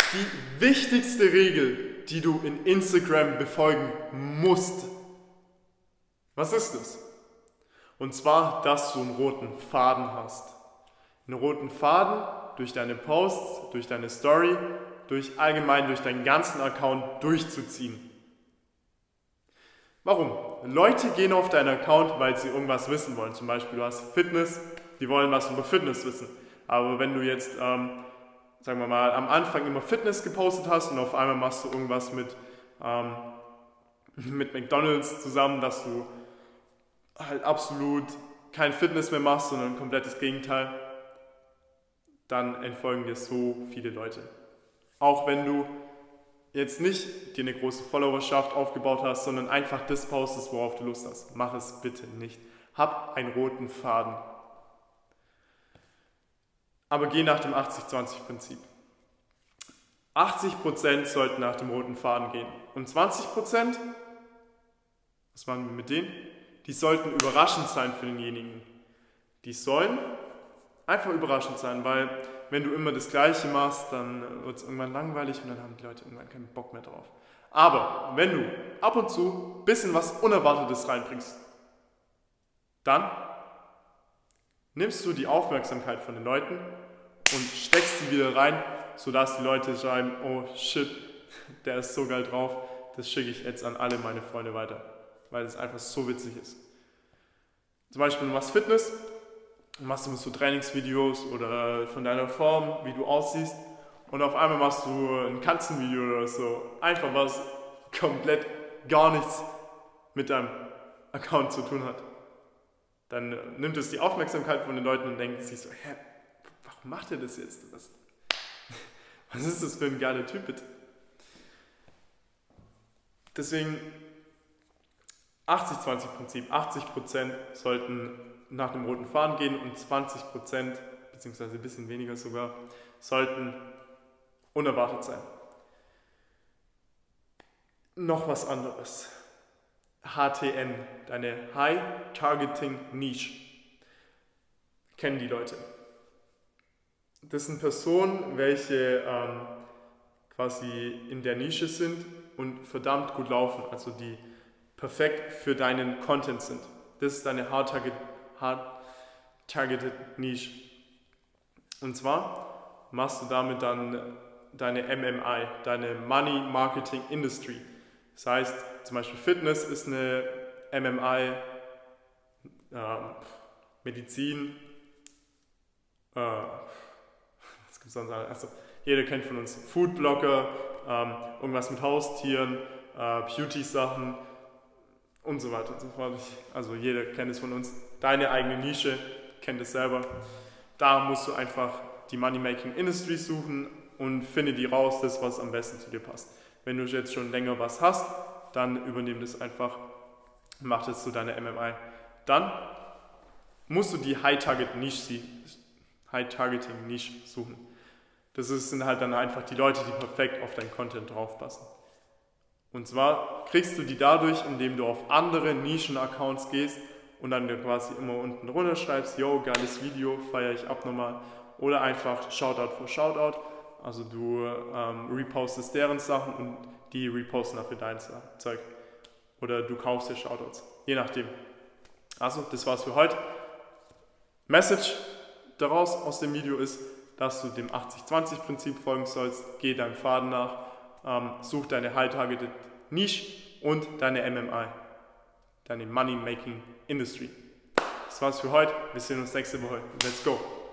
Die wichtigste Regel, die du in Instagram befolgen musst. Was ist es? Und zwar, dass du einen roten Faden hast. Einen roten Faden durch deine Posts, durch deine Story, allgemein durch deinen ganzen Account durchzuziehen. Warum? Leute gehen auf deinen Account, weil sie irgendwas wissen wollen. Zum Beispiel, du hast Fitness, die wollen was über Fitness wissen. Aber wenn du jetzt, sagen wir mal, am Anfang immer Fitness gepostet hast und auf einmal machst du irgendwas mit McDonald's zusammen, dass du halt absolut kein Fitness mehr machst, sondern ein komplettes Gegenteil, dann entfolgen dir so viele Leute. Auch wenn du jetzt nicht dir eine große Followerschaft aufgebaut hast, sondern einfach das postest, worauf du Lust hast. Mach es bitte nicht. Hab einen roten Faden. Aber geh nach dem 80-20-Prinzip. 80% sollten nach dem roten Faden gehen. Und 20%, was machen wir mit denen? Die sollten überraschend sein für denjenigen. Die sollen einfach überraschend sein, weil wenn du immer das Gleiche machst, dann wird es irgendwann langweilig und dann haben die Leute irgendwann keinen Bock mehr drauf. Aber wenn du ab und zu ein bisschen was Unerwartetes reinbringst, dann nimmst du die Aufmerksamkeit von den Leuten und steckst sie wieder rein, sodass die Leute schreiben, oh shit, der ist so geil drauf, das schicke ich jetzt an alle meine Freunde weiter, weil es einfach so witzig ist. Zum Beispiel, du machst Fitness, machst du so Trainingsvideos oder von deiner Form, wie du aussiehst, und auf einmal machst du ein Katzenvideo oder so. Einfach was komplett gar nichts mit deinem Account zu tun hat. Dann nimmt es die Aufmerksamkeit von den Leuten und denken sich so, hä, warum macht er das jetzt? Was ist das für ein geiler Typ bitte? Deswegen 80-20-Prinzip. 80% sollten nach dem roten Faden gehen und 20%, beziehungsweise ein bisschen weniger sogar, sollten unerwartet sein. Noch was anderes. HTN, deine High Targeting Niche. Kennen die Leute. Das sind Personen, welche quasi in der Nische sind und verdammt gut laufen, also die perfekt für deinen Content sind. Das ist deine Hard Targeted Niche. Und zwar machst du damit dann deine MMI, deine Money Marketing Industry. Das heißt, zum Beispiel Fitness ist eine MMI, Medizin, was gibt es sonst? Also, jeder kennt von uns Foodblogger, irgendwas mit Haustieren, Beauty-Sachen und so weiter und so fort. Also jeder kennt es von uns. Deine eigene Nische, kennt es selber. Da musst du einfach die Money-Making Industry suchen und finde die raus, das was am besten zu dir passt. Wenn du jetzt schon länger was hast, dann übernimm das einfach, mach das zu deiner MMI. Dann musst du die High-Targeting Niche suchen. Sind halt dann einfach die Leute, die perfekt auf deinen Content draufpassen. Und zwar kriegst du die dadurch, indem du auf andere Nischen-Accounts gehst und dann quasi immer unten drunter schreibst, yo, geiles Video, feiere ich abnormal. Oder einfach Shoutout für Shoutout. Also du repostest deren Sachen und die reposten dafür dein Zeug. Oder du kaufst dir Shoutouts. Je nachdem. Also, das war's für heute. Message daraus aus dem Video ist, dass du dem 80-20-Prinzip folgen sollst. Geh deinem Faden nach. Such deine High-Targeted Niche und deine MMI. Deine Money-Making Industry. Das war's für heute. Wir sehen uns nächste Woche. Let's go!